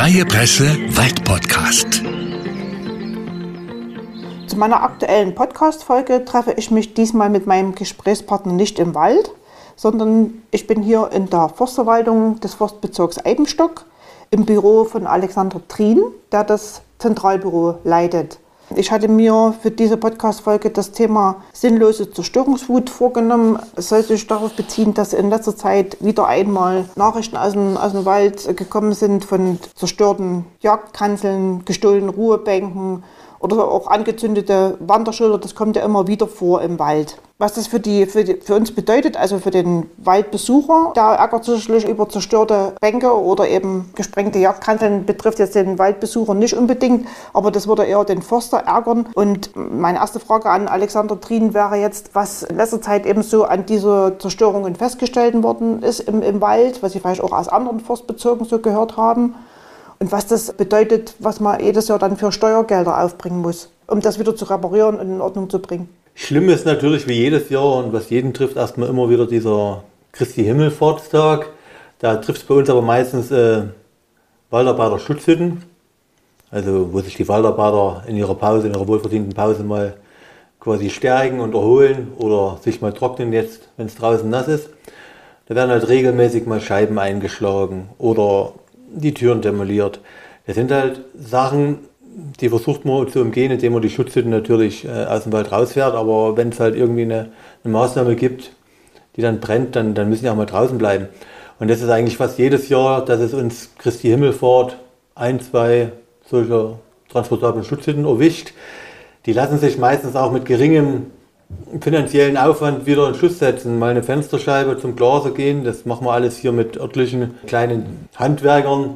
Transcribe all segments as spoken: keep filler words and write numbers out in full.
Freie Presse Waldpodcast. Zu meiner aktuellen Podcast-Folge treffe ich mich diesmal mit meinem Gesprächspartner nicht im Wald, sondern ich bin hier in der Forstverwaltung des Forstbezirks Eibenstock im Büro von Alexander Trien, der das Zentralbüro leitet. Ich hatte mir für diese Podcast-Folge das Thema sinnlose Zerstörungswut vorgenommen. Es soll sich darauf beziehen, dass in letzter Zeit wieder einmal Nachrichten aus dem, aus dem Wald gekommen sind von zerstörten Jagdkanzeln, gestohlenen Ruhebänken oder auch angezündete Wanderschilder. Das kommt ja immer wieder vor im Wald. Was das für, die, für, die, für uns bedeutet, also für den Waldbesucher, der ärgert sich über zerstörte Bänke oder eben gesprengte Jagdkanzeln, betrifft jetzt den Waldbesucher nicht unbedingt, aber das würde eher den Förster ärgern. Und meine erste Frage an Alexander Trien wäre jetzt, was in letzter Zeit eben so an diese Zerstörungen festgestellt worden ist im, im Wald, was Sie vielleicht auch aus anderen Forstbezirken so gehört haben. Und was das bedeutet, was man jedes Jahr dann für Steuergelder aufbringen muss, um das wieder zu reparieren und in Ordnung zu bringen. Schlimm ist natürlich wie jedes Jahr und was jeden trifft, erstmal immer wieder dieser Christi Himmelfahrtstag. Da trifft es bei uns aber meistens äh, Waldarbeiter-Schutzhütten, also wo sich die Waldarbeiter in ihrer Pause, in ihrer wohlverdienten Pause mal quasi stärken und erholen oder sich mal trocknen jetzt, wenn es draußen nass ist. Da werden halt regelmäßig mal Scheiben eingeschlagen oder die Türen demoliert. Das sind halt Sachen, die versucht man zu umgehen, indem man die Schutzhütten natürlich äh, aus dem Wald rausfährt. Aber wenn es halt irgendwie eine, eine Maßnahme gibt, die dann brennt, dann, dann müssen die auch mal draußen bleiben. Und das ist eigentlich fast jedes Jahr, dass es uns Christi Himmelfahrt ein, zwei solcher transportablen Schutzhütten erwischt. Die lassen sich meistens auch mit geringem finanziellen Aufwand wieder in Schuss setzen. Mal eine Fensterscheibe zum Glaser gehen, das machen wir alles hier mit örtlichen kleinen Handwerkern.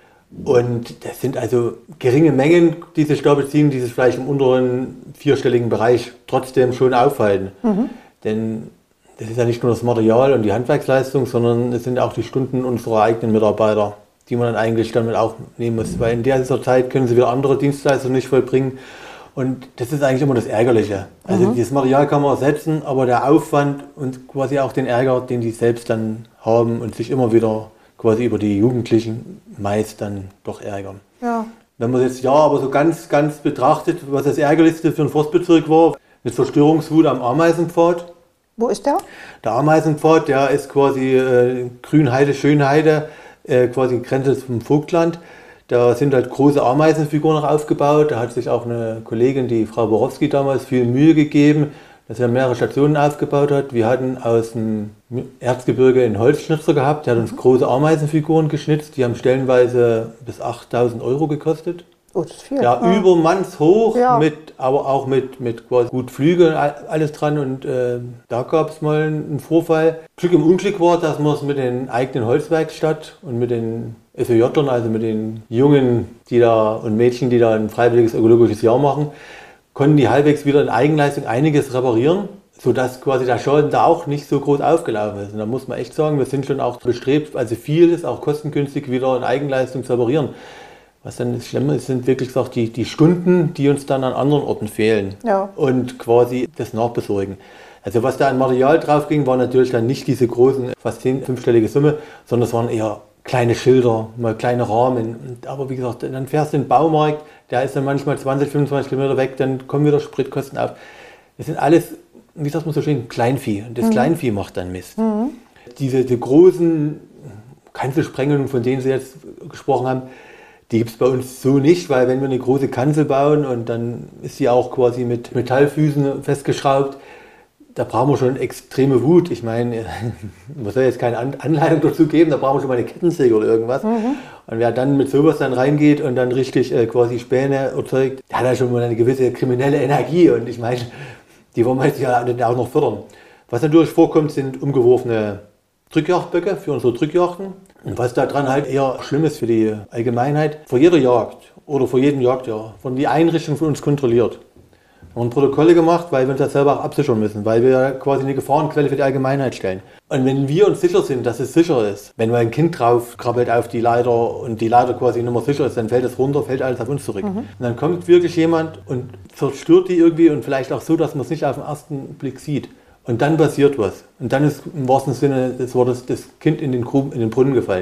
Und das sind also geringe Mengen, die sich da beziehen, die sich vielleicht im unteren vierstelligen Bereich trotzdem schon aufhalten. Mhm. Denn das ist ja nicht nur das Material und die Handwerksleistung, sondern es sind auch die Stunden unserer eigenen Mitarbeiter, die man dann eigentlich damit aufnehmen muss. Weil in dieser Zeit können sie wieder andere Dienstleistungen nicht vollbringen. Und das ist eigentlich immer das Ärgerliche. Also mhm. dieses Material kann man ersetzen, aber der Aufwand und quasi auch den Ärger, den die selbst dann haben und sich immer wieder quasi über die Jugendlichen meist dann doch ärgern. Ja. Wenn man jetzt ja aber so ganz, ganz betrachtet, was das Ärgerlichste für einen Forstbezirk war, eine Zerstörungswut am Ameisenpfad. Wo ist der? Der Ameisenpfad, der ist quasi äh, Grünheide, Schönheide, äh, quasi Grenze zum Vogtland. Da sind halt große Ameisenfiguren noch aufgebaut. Da hat sich auch eine Kollegin, die Frau Borowski, damals viel Mühe gegeben, dass er mehrere Stationen aufgebaut hat. Wir hatten aus dem Erzgebirge einen Holzschnitzer gehabt, der hat uns große Ameisenfiguren geschnitzt. Die haben stellenweise bis achttausend Euro gekostet. Oh, das ist viel. Ja, ja. Übermannshoch, ja. mit, aber auch mit, mit quasi gut Flügel, alles dran. Und äh, da gab es mal einen Vorfall. Glück im Unglück war, dass man es mit den eigenen Holzwerkstatt und mit den F E J-Lern, also mit den Jungen die da und Mädchen, die da ein freiwilliges ökologisches Jahr machen, konnten die halbwegs wieder in Eigenleistung einiges reparieren, sodass quasi der Schaden da auch nicht so groß aufgelaufen ist. Und da muss man echt sagen, wir sind schon auch bestrebt, also vieles auch kostengünstig wieder in Eigenleistung zu reparieren. Was dann das Schlimme ist, sind wirklich gesagt die, die Stunden, die uns dann an anderen Orten fehlen, ja. Und quasi das Nachbesorgen. Also was da an Material drauf ging, war natürlich dann nicht diese großen, fast zehn, fünfstellige Summe, sondern es waren eher kleine Schilder, mal kleine Rahmen. Aber wie gesagt, dann fährst du in den Baumarkt, der ist dann manchmal zwanzig, fünfundzwanzig Kilometer weg, dann kommen wieder Spritkosten auf. Das sind alles, wie sagt man so schön, Kleinvieh. Und das mhm. Kleinvieh macht dann Mist. Mhm. Diese die großen Kanzelsprengelungen, von denen Sie jetzt gesprochen haben, die gibt es bei uns so nicht, weil wenn wir eine große Kanzel bauen und dann ist sie auch quasi mit Metallfüßen festgeschraubt, da brauchen wir schon extreme Wut. Ich meine, man soll jetzt keine Anleitung dazu geben, da brauchen wir schon mal eine Kettensäge oder irgendwas. Mhm. Und wer dann mit sowas dann reingeht und dann richtig äh, quasi Späne erzeugt, der hat ja schon mal eine gewisse kriminelle Energie. Und ich meine, die wollen wir jetzt ja auch noch fördern. Was natürlich vorkommt, sind umgeworfene Drückjagdböcke für unsere Drückjachten. Und was da dran halt eher schlimm ist für die Allgemeinheit, vor jeder Jagd oder vor jedem Jagdjahr wurden die Einrichtungen von uns kontrolliert. Wir haben Protokolle gemacht, weil wir uns das selber auch absichern müssen, weil wir quasi eine Gefahrenquelle für die Allgemeinheit stellen. Und wenn wir uns sicher sind, dass es sicher ist, wenn mal ein Kind drauf krabbelt auf die Leiter und die Leiter quasi nicht mehr sicher ist, dann fällt es runter, fällt alles auf uns zurück. Mhm. Und dann kommt wirklich jemand und zerstört die irgendwie und vielleicht auch so, dass man es nicht auf den ersten Blick sieht. Und dann passiert was. Und dann ist im wahrsten Sinne des Wortes das Kind in den, Grub, in den Brunnen gefallen.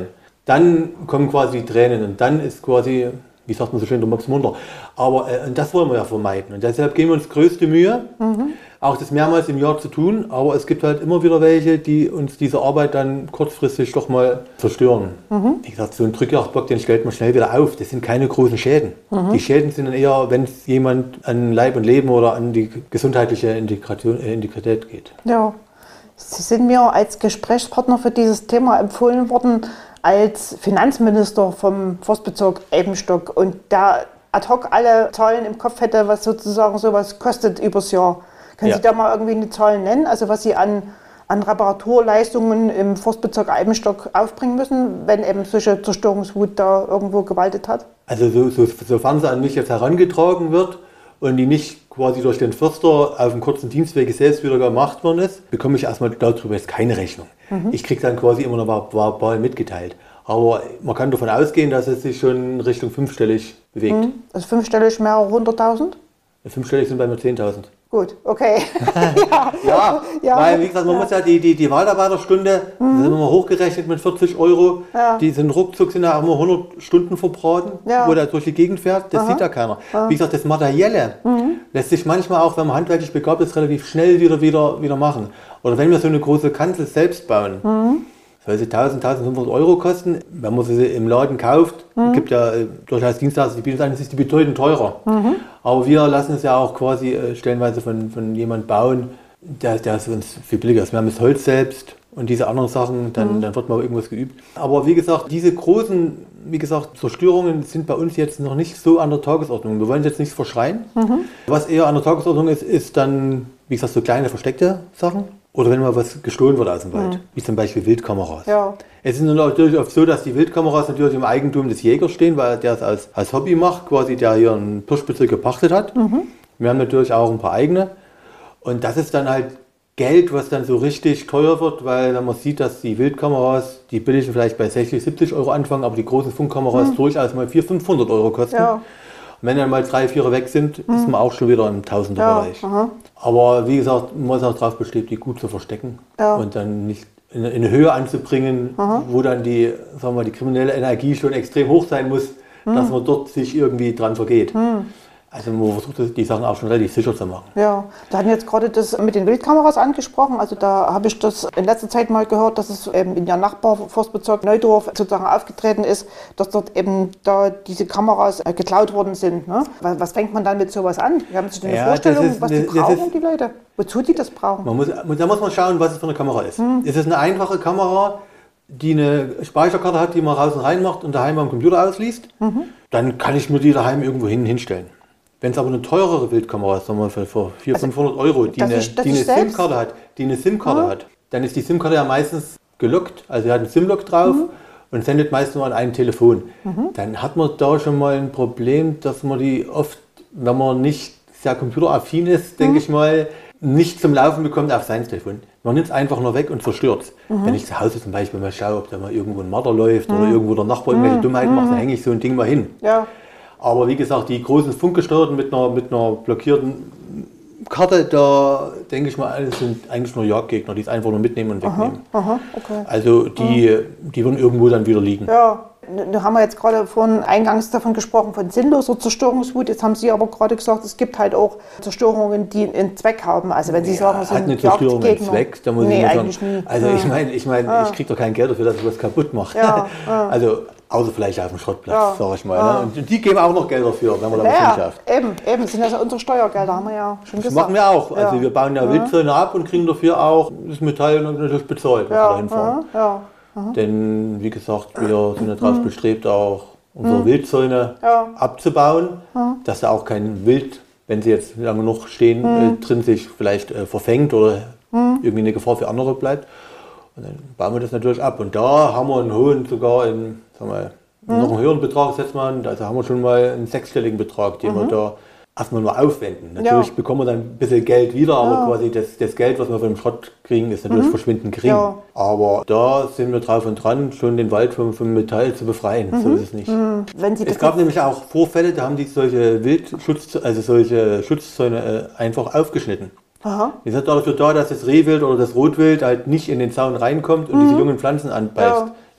dann kommen quasi die Tränen und dann ist quasi, wie sagt man so schön, der Mops munter. Aber äh, und das wollen wir ja vermeiden und deshalb geben wir uns größte Mühe, mhm. auch das mehrmals im Jahr zu tun, aber es gibt halt immer wieder welche, die uns diese Arbeit dann kurzfristig doch mal zerstören. Mhm. Wie gesagt, so ein Drückjagdbock, den stellt man schnell wieder auf. Das sind keine großen Schäden. Mhm. Die Schäden sind dann eher, wenn es jemand an Leib und Leben oder an die gesundheitliche Integration, äh, Integrität geht. Ja, Sie sind mir als Gesprächspartner für dieses Thema empfohlen worden als Finanzminister vom Forstbezirk Eibenstock und der ad hoc alle Zahlen im Kopf hätte, was sozusagen sowas kostet übers Jahr. Können ja. Sie da mal irgendwie eine Zahl nennen, also was Sie an, an Reparaturleistungen im Forstbezirk Eibenstock aufbringen müssen, wenn eben solche Zerstörungswut da irgendwo gewaltet hat? Also so, so, sofern sie an mich jetzt herangetragen wird und die nicht quasi durch den Förster auf dem kurzen Dienstweg selbst wieder gemacht worden ist, bekomme ich erstmal darüber jetzt keine Rechnung. Mhm. Ich kriege dann quasi immer noch verbal mitgeteilt. Aber man kann davon ausgehen, dass es sich schon Richtung fünfstellig bewegt. Mhm. Also fünfstellig mehrere hunderttausend? Fünfstellig sind bei mir zehntausend. Gut, okay. ja, ja, ja, weil wie gesagt, man ja. muss ja die, die, die Waldarbeiterstunde, mhm. das sind wir mal hochgerechnet mit vierzig Euro, ja. die sind ruckzuck, sind ja auch immer hundert Stunden verbraten, ja. wo der durch die Gegend fährt, das Aha. sieht ja keiner. Aha. Wie gesagt, das Materielle mhm. lässt sich manchmal auch, wenn man handwerklich begabt ist, relativ schnell wieder, wieder, wieder machen. Oder wenn wir so eine große Kanzel selbst bauen, mhm. soll sie tausend, tausendfünfhundert Euro kosten. Wenn man sie im Laden kauft, mhm. gibt ja äh, durchaus Dienstleister, die bieten an, ist die bedeutend teurer. Mhm. Aber wir lassen es ja auch quasi äh, stellenweise von, von jemandem bauen, der, der es uns viel billiger ist. Wir haben das Holz selbst und diese anderen Sachen, dann, mhm. dann wird mal irgendwas geübt. Aber wie gesagt, diese großen, wie gesagt, Zerstörungen sind bei uns jetzt noch nicht so an der Tagesordnung. Wir wollen jetzt nichts verschreien. Mhm. Was eher an der Tagesordnung ist, ist dann, wie gesagt, so kleine versteckte Sachen. Oder wenn mal was gestohlen wird aus dem Wald, mhm. wie zum Beispiel Wildkameras. Ja. Es ist natürlich oft so, dass die Wildkameras natürlich im Eigentum des Jägers stehen, weil der es als, als Hobby macht, quasi der hier einen Pirschbezirk gepachtet hat. Mhm. Wir haben natürlich auch ein paar eigene. Und das ist dann halt Geld, was dann so richtig teuer wird, weil wenn man sieht, dass die Wildkameras, die billigen vielleicht bei sechzig, siebzig Euro anfangen, aber die großen Funkkameras mhm. durchaus mal vierhundert, fünfhundert Euro kosten. Ja. Und wenn dann mal drei, vier weg sind, mhm. ist man auch schon wieder im Tausenderbereich. Ja, aber wie gesagt, man ist auch darauf besteht, die gut zu verstecken ja. und dann nicht in, in eine Höhe anzubringen, aha. wo dann die, sagen wir, die kriminelle Energie schon extrem hoch sein muss, mhm. dass man dort sich irgendwie dran vergeht. Mhm. Also man versucht die Sachen auch schon relativ sicher zu machen. Ja, wir hatten jetzt gerade das mit den Wildkameras angesprochen. Also da habe ich das in letzter Zeit mal gehört, dass es eben in der Nachbarforstbezirk Neudorf sozusagen aufgetreten ist, dass dort eben da diese Kameras geklaut worden sind. Ne? Was, was fängt man dann mit sowas an? Wir haben sich eine ja, Vorstellung, ist, was die brauchen, ist, die Leute? Wozu die das brauchen? Man muss, da muss man schauen, was es für eine Kamera ist. Hm. Ist es eine einfache Kamera, die eine Speicherkarte hat, die man raus und rein macht und daheim am Computer ausliest? Mhm. Dann kann ich mir die daheim irgendwo hin, hinstellen. Wenn es aber eine teurere Wildkamera ist, sagen wir für vierhundert, also, fünfhundert Euro, die eine, die eine SIM-Karte hat, die eine SIM-Karte mhm. hat, dann ist die SIM-Karte ja meistens gelockt, also sie hat einen SIM-Lock drauf mhm. und sendet meistens nur an ein Telefon. Mhm. Dann hat man da schon mal ein Problem, dass man die oft, wenn man nicht sehr computeraffin ist, denke mhm. ich mal, nicht zum Laufen bekommt auf sein Telefon. Man nimmt es einfach nur weg und zerstört es. Mhm. Wenn ich zu Hause zum Beispiel mal schaue, ob da mal irgendwo ein Marder läuft mhm. oder irgendwo der Nachbar irgendwelche Dummheiten mhm. macht, dann hänge ich so ein Ding mal hin. Ja. Aber wie gesagt, die großen funkgesteuerten mit einer, mit einer blockierten Karte, da denke ich mal, das sind eigentlich nur Jagdgegner, die es einfach nur mitnehmen und wegnehmen. Aha, aha, okay. Also die, aha. die würden irgendwo dann wieder liegen. Ja, da haben wir jetzt gerade vorhin eingangs davon gesprochen, von sinnloser Zerstörungswut. Jetzt haben Sie aber gerade gesagt, es gibt halt auch Zerstörungen, die einen Zweck haben. Also wenn Sie ja, sagen, es sind hat eine Zerstörung einen Zweck, da muss nee, ich mal sagen. Nie. Also ja. ich meine, ich, mein, ja. ich kriege doch kein Geld dafür, dass ich was kaputt mache. Ja, ja. Also außer vielleicht auf dem Schrottplatz, ja. sage ich mal. Ja. Ne? Und die geben auch noch Geld dafür, wenn man da was ja, hinschafft. Eben, eben, sind ja unsere Steuergelder, haben wir ja schon das gesagt. Das machen wir auch. Also ja. wir bauen ja, ja. Wildzäune ab und kriegen dafür auch das Metall natürlich bezahlt, wenn ja. wir da hinfahren. Ja. Ja. Ja. Denn wie gesagt, wir sind ja darauf mhm. bestrebt, auch unsere mhm. Wildzäune ja. abzubauen, ja. dass da auch kein Wild, wenn sie jetzt lange noch stehen, mhm. äh, drin sich vielleicht äh, verfängt oder mhm. irgendwie eine Gefahr für andere bleibt. Und dann bauen wir das natürlich ab. Und da haben wir einen hohen, sogar in, sagen wir, mhm. noch einen höheren Betrag, setzt man, also haben wir schon mal einen sechsstelligen Betrag, den mhm. wir da erstmal nur aufwenden. Natürlich ja. bekommen wir dann ein bisschen Geld wieder, aber ja. quasi das, das Geld, was wir von dem Schrott kriegen, ist natürlich mhm. verschwindend gering. Ja. Aber da sind wir drauf und dran, schon den Wald vom, vom Metall zu befreien. Mhm. So ist es nicht. Mhm. Wenn Sie es gab nämlich auch Vorfälle, da haben die solche Wildschutz, also solche Schutzzäune äh, einfach aufgeschnitten. Aha. Die sind dafür da, dass das Rehwild oder das Rotwild halt nicht in den Zaun reinkommt und mhm. diese jungen Pflanzen anbeißt. Ja.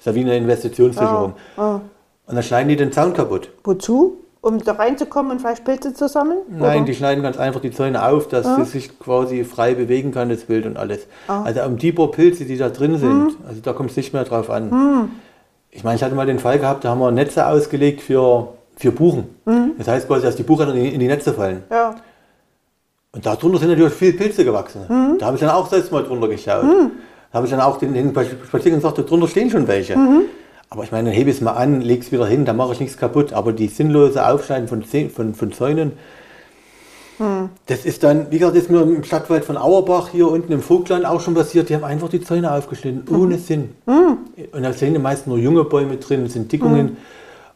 ist ja wie eine Investitionssicherung. Ja. Ja. Und dann schneiden die den Zaun kaputt. Wozu? Um da reinzukommen und vielleicht Pilze zu sammeln? Nein, oder? Die schneiden ganz einfach die Zäune auf, dass Ja. es sich quasi frei bewegen kann, das Wild und alles. Ah. Also um die paar Pilze, die da drin sind, Hm. also da kommt es nicht mehr drauf an. Hm. Ich meine, ich hatte mal den Fall gehabt, da haben wir Netze ausgelegt für, für Buchen. Hm. Das heißt quasi, dass die Buchen in die, in die Netze fallen. Ja. Und darunter sind natürlich viele Pilze gewachsen. Mhm. Da habe ich dann auch selbst mal drunter geschaut. Mhm. Da habe ich dann auch den, den spazieren und gesagt, drunter stehen schon welche. Mhm. Aber ich meine, dann hebe ich es mal an, lege es wieder hin, dann mache ich nichts kaputt. Aber die sinnlose Aufschneiden von, Zäh- von, von Zäunen, Mhm. das ist dann, wie gesagt, das ist mir im Stadtwald von Auerbach hier unten im Vogtland auch schon passiert. Die haben einfach die Zäune aufgeschnitten, Mhm. ohne Sinn. Mhm. Und da sind meist nur junge Bäume drin, sind Dickungen. Mhm.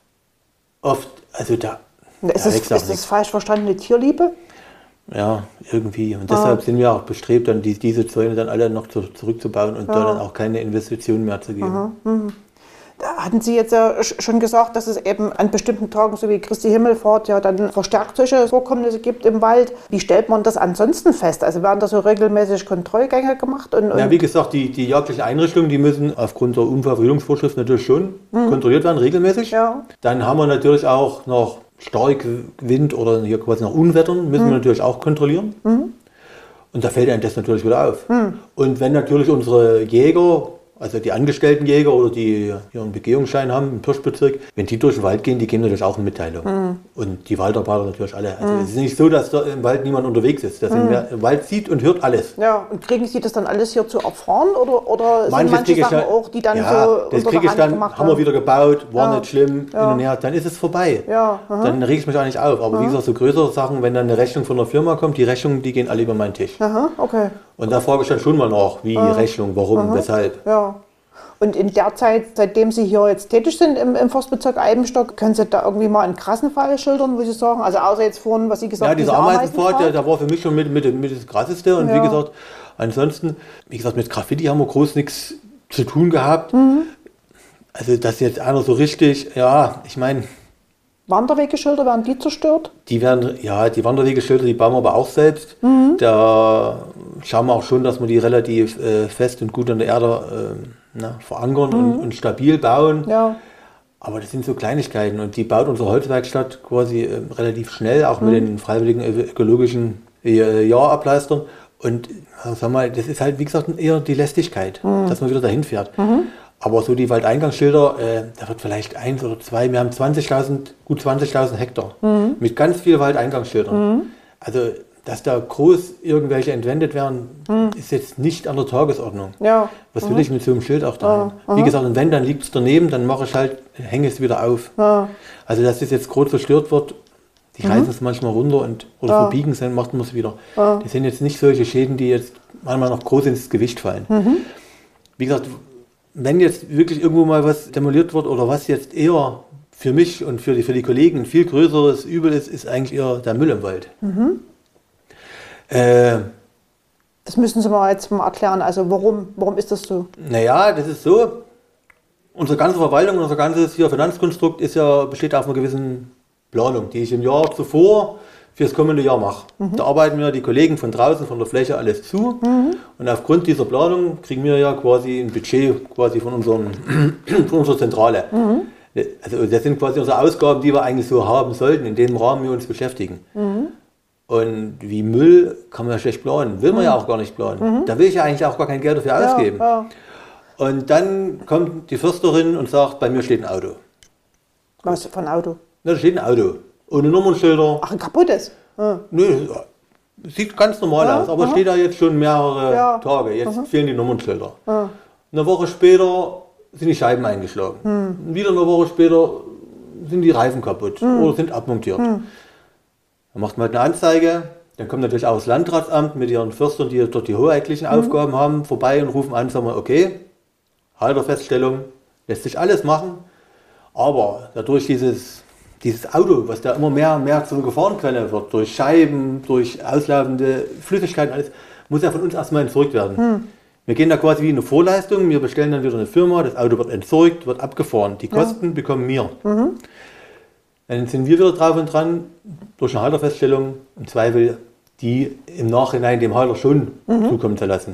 Oft, also da, Ist da das, wächst auch ist das nichts. falsch verstandene Tierliebe? Ja, irgendwie. Und deshalb Ah. sind wir auch bestrebt, dann die, diese Zäune dann alle noch zu, zurückzubauen und Ja. da dann auch keine Investitionen mehr zu geben. Mhm. Da hatten Sie jetzt ja sch- schon gesagt, dass es eben an bestimmten Tagen, so wie Christi Himmelfahrt, ja dann verstärkt solche Vorkommnisse gibt im Wald. Wie stellt man das ansonsten fest? Also werden da so regelmäßig Kontrollgänge gemacht? Und, und Ja, wie gesagt, die, die jagdlichen Einrichtungen, die müssen aufgrund der Unfallverhütungsvorschrift natürlich schon kontrolliert werden, regelmäßig. Ja. Dann haben wir natürlich auch noch stark Wind oder hier quasi noch Unwettern, müssen wir natürlich auch kontrollieren. Und da fällt einem das natürlich wieder auf. Und wenn natürlich unsere Jäger, also die angestellten Jäger oder die hier einen Begehungsschein haben im Pirschbezirk, wenn die durch den Wald gehen, die geben natürlich auch eine Mitteilung. Und die Waldarbeiter natürlich alle. Also es ist nicht so, dass da im Wald niemand unterwegs ist. Das sind, wer im Wald sieht und hört alles. Ja, und kriegen Sie das dann alles hier zu erfahren? Oder, oder sind Manches manche kriege ich Sachen dann- auch, die dann ja, so das unter kriege der ich Hand dann, gemacht haben wir wieder gebaut, war Ja. nicht schlimm, Ja. hin und her, dann ist es vorbei. Ja, aha. Dann rege ich mich auch nicht auf. Aber wie gesagt, so größere Sachen, wenn dann eine Rechnung von der Firma kommt, die Rechnungen, die gehen alle über meinen Tisch. Aha, okay. Und da frage ich dann schon mal nach, wie Rechnung, warum, weshalb. Ja. Und in der Zeit, seitdem Sie hier jetzt tätig sind im, im Forstbezirk Eibenstock, können Sie da irgendwie mal einen krassen Fall schildern, wo Sie sagen, also außer jetzt vorhin, was Sie gesagt Ja, haben, dieser diese Ameisenpfad, der, der war für mich schon mit, mit, mit das Krasseste. Und Ja. wie gesagt, ansonsten, wie gesagt, mit Graffiti haben wir groß nichts zu tun gehabt. Mhm. Also, dass jetzt einer so richtig, ja, ich meine, Wanderwegeschilder, werden die zerstört? die werden, ja, die Wanderwegeschilder, die bauen wir aber auch selbst. Mhm. Da schauen wir auch schon, dass wir die relativ äh, fest und gut an der Erde äh, na, verankern und, und stabil bauen. Mhm. Ja. Aber das sind so Kleinigkeiten und die baut unsere Holzwerkstatt quasi äh, relativ schnell, auch Mhm. mit den freiwilligen äh, ökologischen äh, Jahrableistern. Und äh, sag mal, das ist halt, wie gesagt, eher die Lästigkeit, Mhm. dass man wieder dahin fährt. Aber so die Waldeingangsschilder, äh, da wird vielleicht eins oder zwei, wir haben zwanzigtausend, gut zwanzigtausend Hektar Mhm. mit ganz vielen Waldeingangsschildern. Also, dass da groß irgendwelche entwendet werden, ist jetzt nicht an der Tagesordnung. Mhm. Ja. Was will ich mit so einem Schild auch dahin? Wie gesagt, und wenn, dann liegt es daneben, dann mache ich halt, hänge es wieder auf. Ja. Also, dass das jetzt groß zerstört wird, die reißen es manchmal runter und, oder Ja. verbiegen es, dann macht man es wieder. Das sind jetzt nicht solche Schäden, die jetzt manchmal noch groß ins Gewicht fallen. Wie gesagt, wenn jetzt wirklich irgendwo mal was demoliert wird oder was jetzt eher für mich und für die, für die Kollegen ein viel größeres Übel ist, ist eigentlich eher der Müll im Wald. Äh, Das müssen Sie mal jetzt mal erklären. Also warum, warum ist das so? Naja, das ist so. Unsere ganze Verwaltung, unser ganzes hier Finanzkonstrukt ist ja, besteht auf einer gewissen Planung, die ich im Jahr zuvor für das kommende Jahr mache. Da arbeiten mir die Kollegen von draußen, von der Fläche alles zu. Und aufgrund dieser Planung kriegen wir ja quasi ein Budget quasi von, unserem, von unserer Zentrale. Also das sind quasi unsere Ausgaben, die wir eigentlich so haben sollten, in dem Rahmen wir uns beschäftigen. Und wie Müll kann man ja schlecht planen, will man ja auch gar nicht planen. Da will ich ja eigentlich auch gar kein Geld dafür ausgeben. Ja, ja. Und dann kommt die Försterin und sagt, bei mir steht ein Auto. Was für ein Auto? Na, da steht ein Auto. Ohne Nummernschilder. Ach, ein kaputtes. Ja. Nö, sieht ganz normal Ja, aus, aber aha. steht da jetzt schon mehrere Ja. Tage. Jetzt fehlen die Nummernschilder. Ja. Eine Woche später sind die Scheiben eingeschlagen. Hm. Wieder eine Woche später sind die Reifen kaputt oder sind abmontiert. Hm. Dann macht man halt eine Anzeige. Dann kommt natürlich auch das Landratsamt mit ihren Förstern, die dort die hoheitlichen Hm. Aufgaben haben, vorbei und rufen an, sagen wir, okay, Halterfeststellung, lässt sich alles machen, aber dadurch dieses, dieses Auto, was da immer mehr und mehr zur Gefahrenquelle wird, durch Scheiben, durch auslaufende Flüssigkeiten, alles, muss ja von uns erstmal entsorgt werden. Hm. Wir gehen da quasi wie eine Vorleistung, wir bestellen dann wieder eine Firma, das Auto wird entsorgt, wird abgefahren, die Kosten bekommen wir. Dann sind wir wieder drauf und dran, durch eine Halterfeststellung im Zweifel die im Nachhinein dem Halter schon zukommen zu lassen.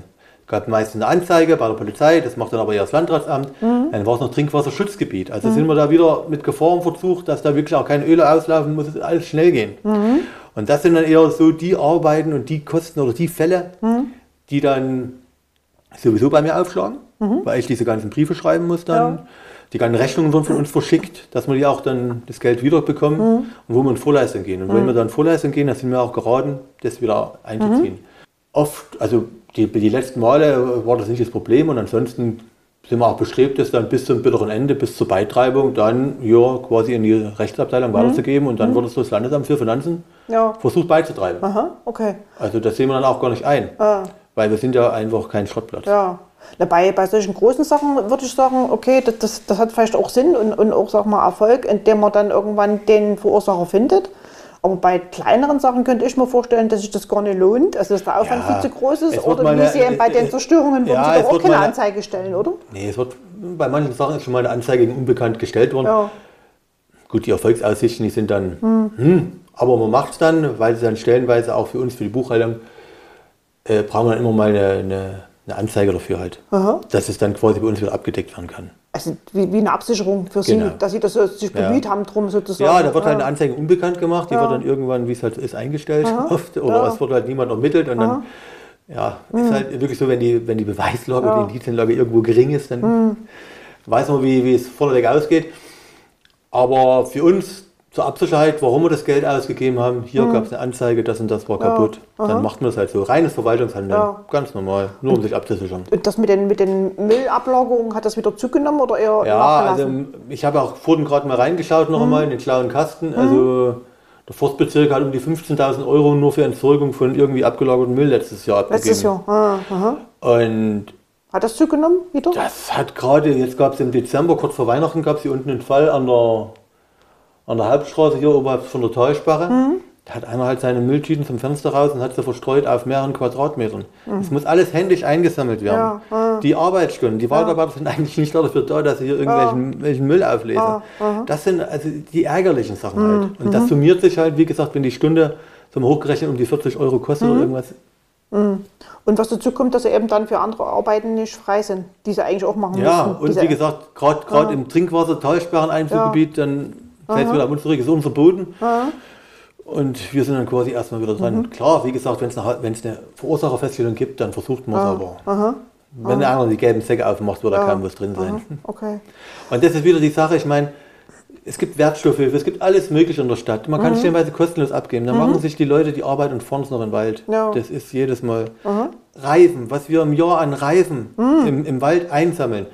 gab meistens eine Anzeige bei der Polizei, das macht dann aber eher das Landratsamt. Mhm. Dann war es noch Trinkwasserschutzgebiet. Also mhm. sind wir da wieder mit Gefahrenverzug, dass da wirklich auch keine Öle auslaufen, muss es alles schnell gehen. Mhm. Und das sind dann eher so die Arbeiten und die Kosten oder die Fälle, mhm. die dann sowieso bei mir aufschlagen, mhm. weil ich diese ganzen Briefe schreiben muss dann. Ja. Die ganzen Rechnungen wurden von uns verschickt, dass wir die auch dann das Geld wiederbekommen mhm. und wo wir in Vorleistung gehen. Und mhm. wenn wir dann in Vorleistung gehen, dann sind wir auch geraten, das wieder einzuziehen. Mhm. Oft, also die, die letzten Male war das nicht das Problem und ansonsten sind wir auch bestrebt, das dann bis zum bitteren Ende, bis zur Beitreibung dann ja, quasi in die Rechtsabteilung mhm. weiterzugeben und dann mhm. wird es das Landesamt für Finanzen ja. versucht beizutreiben. Aha, okay. Also das sehen wir dann auch gar nicht ein, ah. weil wir sind ja einfach kein Schrottplatz. Ja. Bei, bei solchen großen Sachen würde ich sagen, okay, das, das, das hat vielleicht auch Sinn und, und auch sag mal, Erfolg, indem man dann irgendwann den Verursacher findet. Aber bei kleineren Sachen könnte ich mir vorstellen, dass sich das gar nicht lohnt, also dass der Aufwand ja, viel zu groß ist. Oder wie eine, Sie bei den Zerstörungen würden ja, Sie doch auch keine eine, Anzeige stellen, oder? Nee, es wird bei manchen Sachen ist schon mal eine Anzeige gegen Unbekannt gestellt worden. Ja. Gut, die Erfolgsaussichten die sind dann, hm. Hm, aber man macht es dann, weil sie dann stellenweise auch für uns, für die Buchhaltung, äh, brauchen wir dann immer mal eine, eine Eine Anzeige dafür halt, aha. dass es dann quasi bei uns wieder abgedeckt werden kann. Also wie, wie eine Absicherung für genau. Sie, dass Sie das sich bemüht ja. haben drum sozusagen. Ja, da wird halt eine Anzeige unbekannt gemacht, die ja. wird dann irgendwann, wie es halt ist, eingestellt aha. oft oder ja. es wird halt niemand ermittelt und aha. dann ja, mhm. ist halt wirklich so, wenn die, wenn die Beweislage, ja. die Indizien-Lage irgendwo gering ist, dann mhm. weiß man, wie, wie es vorneweg ausgeht. Aber für uns zur Absicherheit, warum wir das Geld ausgegeben haben, hier mhm. gab es eine Anzeige, das und das war kaputt. Ja, dann macht man das halt so. Reines Verwaltungshandeln, ja. ganz normal, nur um sich abzusichern. Und das mit den, mit den Müllablagerungen, hat das wieder zugenommen oder eher ja, nachgelassen? Also ich habe auch vorhin gerade mal reingeschaut noch mhm. einmal in den schlauen Kasten. Mhm. Also der Forstbezirk hat um die fünfzehntausend Euro nur für Entsorgung von irgendwie abgelagerten Müll letztes Jahr abgegeben. Letztes Jahr, ah, aha. Und hat das zugenommen wieder? Das hat gerade, jetzt gab es im Dezember, kurz vor Weihnachten, gab es hier unten einen Fall an der an der Hauptstraße hier oberhalb von der Talsperre. Mhm. Da hat einer halt seine Mülltüten zum Fenster raus und hat sie verstreut auf mehreren Quadratmetern. Es mhm. muss alles händisch eingesammelt werden. Ja, äh. Die Arbeitsstunden, die Waldarbeiter ja. sind eigentlich nicht dafür da, dass sie hier irgendwelchen ja. Müll auflesen. Ja, das sind also die ärgerlichen Sachen mhm. halt. Und mhm. das summiert sich halt, wie gesagt, wenn die Stunde zum Hochgerechnet um die vierzig Euro kostet mhm. oder irgendwas. Mhm. Und was dazu kommt, dass sie eben dann für andere Arbeiten nicht frei sind, die sie eigentlich auch machen müssen. Ja, und wie gesagt, gerade ja. im Trinkwasser, Talsperren-Einzugsgebiet, ja. dann fällt es wieder ab uns zurück, ist unser Boden. Aha. Und wir sind dann quasi erstmal wieder dran. Mhm. Klar, wie gesagt, wenn es eine, eine Verursacherfeststellung gibt, dann versucht man es aber. Aha. Wenn der andere die gelben Säcke aufmacht, wird da kaum was drin sein. Okay. Und das ist wieder die Sache, ich meine, es gibt Wertstoffe, es gibt alles Mögliche in der Stadt. Man kann mhm. stellenweise kostenlos abgeben. Dann mhm. machen sich die Leute die Arbeit und fahren es noch in den Wald. Ja. Das ist jedes Mal. Mhm. Reifen, was wir im Jahr an Reifen mhm. im, im Wald einsammeln.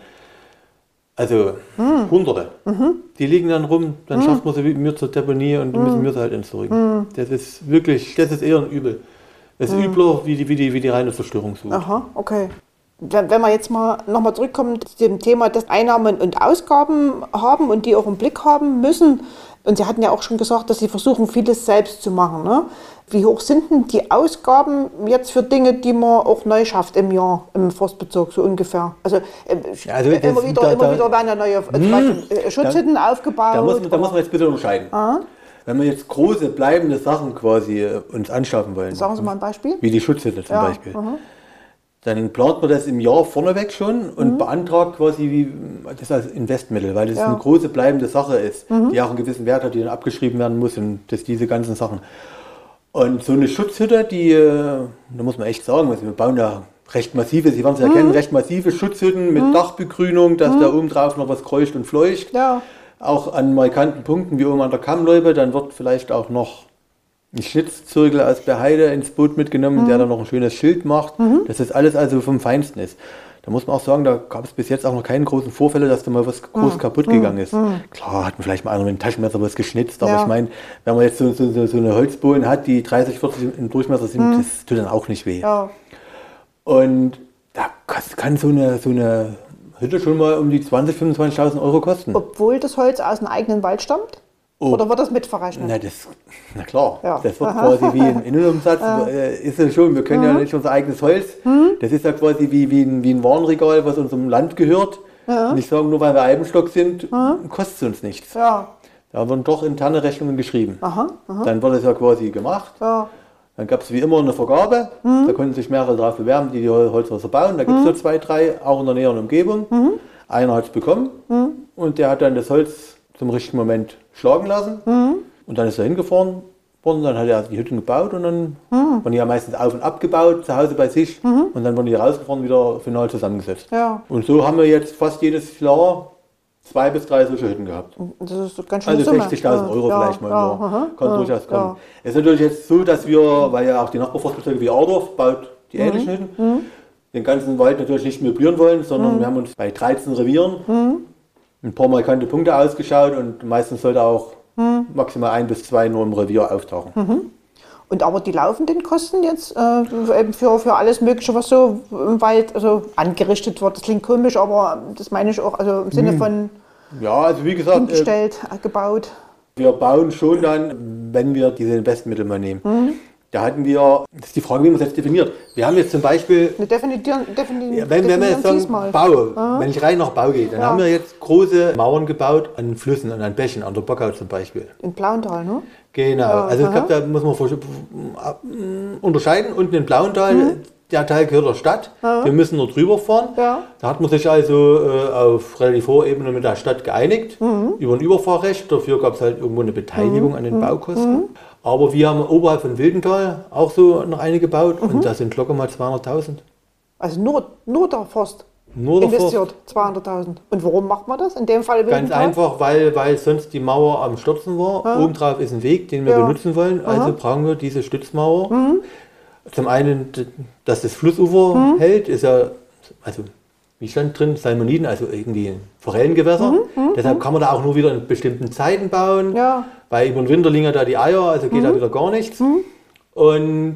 Also mhm. Hunderte. Mhm. Die liegen dann rum, dann mhm. schafft man sie mir zur Deponie und mhm. müssen wir sie halt entsorgen. Mhm. Das ist wirklich, das ist eher ein Übel. Das ist mhm. übler wie die, wie, die, wie die reine Zerstörungswut. Aha, okay. Wenn, wenn wir jetzt mal nochmal zurückkommen zu dem Thema, dass Einnahmen und Ausgaben haben und die auch im Blick haben müssen. Und Sie hatten ja auch schon gesagt, dass Sie versuchen, vieles selbst zu machen. Ne? Wie hoch sind denn die Ausgaben jetzt für Dinge, die man auch neu schafft im Jahr im Forstbezirk, so ungefähr? Also, äh, ja, also immer, wieder, da, immer da, wieder werden ja neue mh, Schutzhütten da, aufgebaut. Da muss, da muss man jetzt bitte unterscheiden. Aha. Wenn wir jetzt große, bleibende Sachen quasi uns anschaffen wollen. Sagen Sie mal ein Beispiel. Wie die Schutzhütte zum ja. Beispiel. Aha. Dann plant man das im Jahr vorneweg schon und mhm. beantragt quasi wie, das als Investmittel, weil das ja. eine große bleibende Sache ist, mhm. die auch einen gewissen Wert hat, die dann abgeschrieben werden muss und das, diese ganzen Sachen. Und so eine Schutzhütte, die, da muss man echt sagen, also wir bauen da recht massive, Sie werden es mhm. erkennen, recht massive Schutzhütten mit mhm. Dachbegrünung, dass mhm. da oben drauf noch was kreucht und fleucht. Ja. Auch an markanten Punkten wie oben an der Kammloipe, dann wird vielleicht auch noch ein Schnitzzirkel aus der Heide ins Boot mitgenommen, mhm. der dann noch ein schönes Schild macht, mhm. dass das alles also vom Feinsten ist. Da muss man auch sagen, da gab es bis jetzt auch noch keine großen Vorfälle, dass da mal was groß mhm. kaputt gegangen ist. Mhm. Klar, hat man vielleicht mal einer mit dem Taschenmesser was geschnitzt, aber ja. ich meine, wenn man jetzt so, so, so eine Holzbohlen hat, die dreißig, vierzig im Durchmesser sind, mhm. das tut dann auch nicht weh. Ja. Und da kann so eine, so eine Hütte schon mal um die zwanzigtausend, fünfundzwanzigtausend Euro kosten. Obwohl das Holz aus dem eigenen Wald stammt? Oh. Oder wird das mitverrechnet? Na, das, na klar, ja. das wird Aha. quasi wie ein Innenumsatz, ja. äh, ist es schon, wir können mhm. ja nicht unser eigenes Holz, mhm. das ist ja quasi wie, wie, ein, wie ein Warenregal, was unserem Land gehört. Ja. Und ich sage, nur weil wir Eibenstock sind, mhm. kostet es uns nichts. Ja. Da werden doch interne Rechnungen geschrieben. Aha. Aha. Dann wird es ja quasi gemacht. Ja. Dann gab es wie immer eine Vergabe, mhm. da konnten sich mehrere darauf bewerben, die die Holzhäuser bauen. Da gibt es mhm. so zwei, drei, auch in der näheren Umgebung. Mhm. Einer hat es bekommen mhm. und der hat dann das Holz zum richtigen Moment schlagen lassen. Mhm. Und dann ist er hingefahren worden, dann hat er die Hütten gebaut und dann mhm. wurden die ja meistens auf- und abgebaut, zu Hause bei sich. Mhm. Und dann wurden die rausgefahren, wieder final zusammengesetzt. Ja. Und so haben wir jetzt fast jedes Jahr zwei bis drei solche Hütten gehabt. Das ist ganz schön. Also sechzigtausend Euro ja, vielleicht mal ja, nur. Aha, kann ja, durchaus kommen. Ja. Es ist natürlich jetzt so, dass wir, weil ja auch die Nachbarforstbezirke wie Ardorf baut die mhm. ähnlichen Hütten, mhm. den ganzen Wald natürlich nicht möblieren wollen, sondern mhm. wir haben uns bei dreizehn Revieren mhm. ein paar markante Punkte ausgeschaut und meistens sollte auch mhm. maximal ein bis zwei nur im Revier auftauchen. Mhm. Und aber die laufenden Kosten jetzt äh, eben für, für alles Mögliche, was so im Wald also angerichtet wird, das klingt komisch, aber das meine ich auch also im Sinne von ja, also wie gesagt, hingestellt, äh, gebaut. Wir bauen schon dann, wenn wir diese Investmentmittel mal nehmen. Mhm. Da hatten wir, das ist die Frage, wie man es jetzt definiert. Wir haben jetzt zum Beispiel, eine Definition, Definition, ja, wenn, wenn wir jetzt sagen, Bau, Aha. wenn ich rein nach Bau gehe, dann ja. haben wir jetzt große Mauern gebaut an Flüssen und an Bächen, an der Bockau zum Beispiel. In Blauental, ne? Genau, ja, also ich glaube, da muss man unterscheiden. Unten in Blauental, mhm. der Teil gehört der Stadt. Ja. Wir müssen nur drüber fahren. Ja. Da hat man sich also äh, auf relativ hoher Ebene mit der Stadt geeinigt, mhm. über ein Überfahrrecht. Dafür gab es halt irgendwo eine Beteiligung mhm. an den mhm. Baukosten. Mhm. Aber wir haben oberhalb von Wildental auch so noch eine gebaut mhm. und da sind locker mal zweihunderttausend. Also nur, nur der Forst? Nur der investiert zweihunderttausend. Und warum macht man das? In dem Fall ganz einfach, weil, weil sonst die Mauer am Stürzen war. Ja. Obendrauf ist ein Weg, den wir ja. benutzen wollen. Also Aha. brauchen wir diese Stützmauer. Mhm. Zum einen, dass das Flussufer mhm. hält, ist ja, also wie stand drin, Salmoniden, also irgendwie ein Forellengewässer. Mhm. Mhm. Deshalb kann man da auch nur wieder in bestimmten Zeiten bauen. Ja. Weil über den Winter liegen ja da die Eier, also geht mhm. da wieder gar nichts. Mhm. Und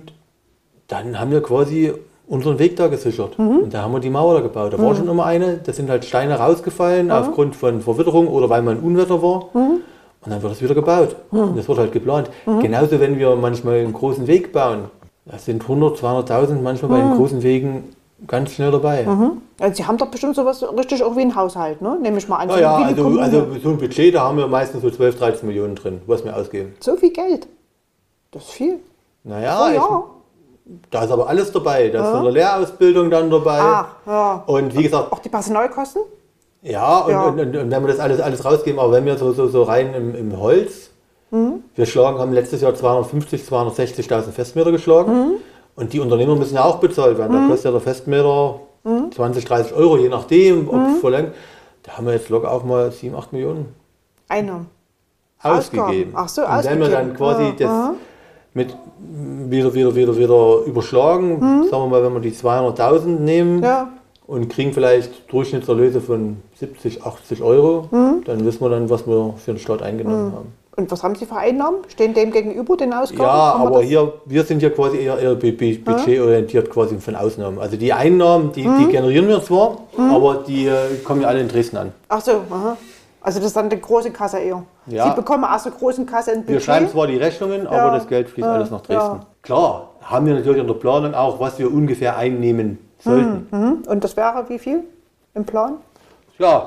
dann haben wir quasi unseren Weg da gesichert. Mhm. Und da haben wir die Mauer da gebaut. Da mhm. war schon immer eine, da sind halt Steine rausgefallen mhm. aufgrund von Verwitterung oder weil mal ein Unwetter war. Mhm. Und dann wird es wieder gebaut. Mhm. Und das wird halt geplant. Mhm. Genauso, wenn wir manchmal einen großen Weg bauen. Das sind hundert, zweihunderttausend manchmal mhm. bei den großen Wegen ganz schnell dabei. Mhm. Also Sie haben doch bestimmt sowas richtig auch wie ein Haushalt, ne? Nehme ich mal an. Ja, ja also, also so ein Budget, da haben wir meistens so zwölf, dreizehn Millionen drin, was wir ausgeben. So viel Geld? Das ist viel. Naja, ich, da ist aber alles dabei. Da ist ja. von der Lehrausbildung dann dabei. Ach, ja. Und wie gesagt... Auch die Personalkosten? Ja, und, ja. Und, und, und wenn wir das alles, alles rausgeben, aber wenn wir so, so, so rein im, im Holz, mhm. wir schlagen, haben letztes Jahr zweihundertfünfzig, zweihundertsechzigtausend Festmeter geschlagen. Mhm. Und die Unternehmer müssen ja auch bezahlt werden. Mhm. Da kostet ja der Festmeter mhm. zwanzig, dreißig Euro, je nachdem, ob mhm. es verlangt. Da haben wir jetzt locker auch mal sieben, acht Millionen Einnahmen ausgegeben. Ach so, und ausgegeben. wenn wir dann quasi ja. das Aha. mit wieder, wieder, wieder, wieder überschlagen, mhm. sagen wir mal, wenn wir die zweihunderttausend nehmen ja. und kriegen vielleicht Durchschnittserlöse von siebzig, achtzig Euro, mhm. dann wissen wir dann, was wir für den Staat eingenommen mhm. haben. Und was haben Sie für Einnahmen? Stehen dem gegenüber den Ausgaben? Ja, aber hier, wir sind hier quasi eher, eher budgetorientiert quasi von Ausnahmen. Also die Einnahmen, die, mhm. die generieren wir zwar, mhm. aber die äh, kommen ja alle in Dresden an. Ach so, aha. Also das ist dann die große Kasse eher. Ja. Sie bekommen aus der großen Kasse ein Budget. Wir schreiben zwar die Rechnungen, aber ja. das Geld fließt ja. alles nach Dresden. Ja. Klar, haben wir natürlich in der Planung auch, was wir ungefähr einnehmen sollten. Mhm. Mhm. Und das wäre wie viel im Plan? Ja.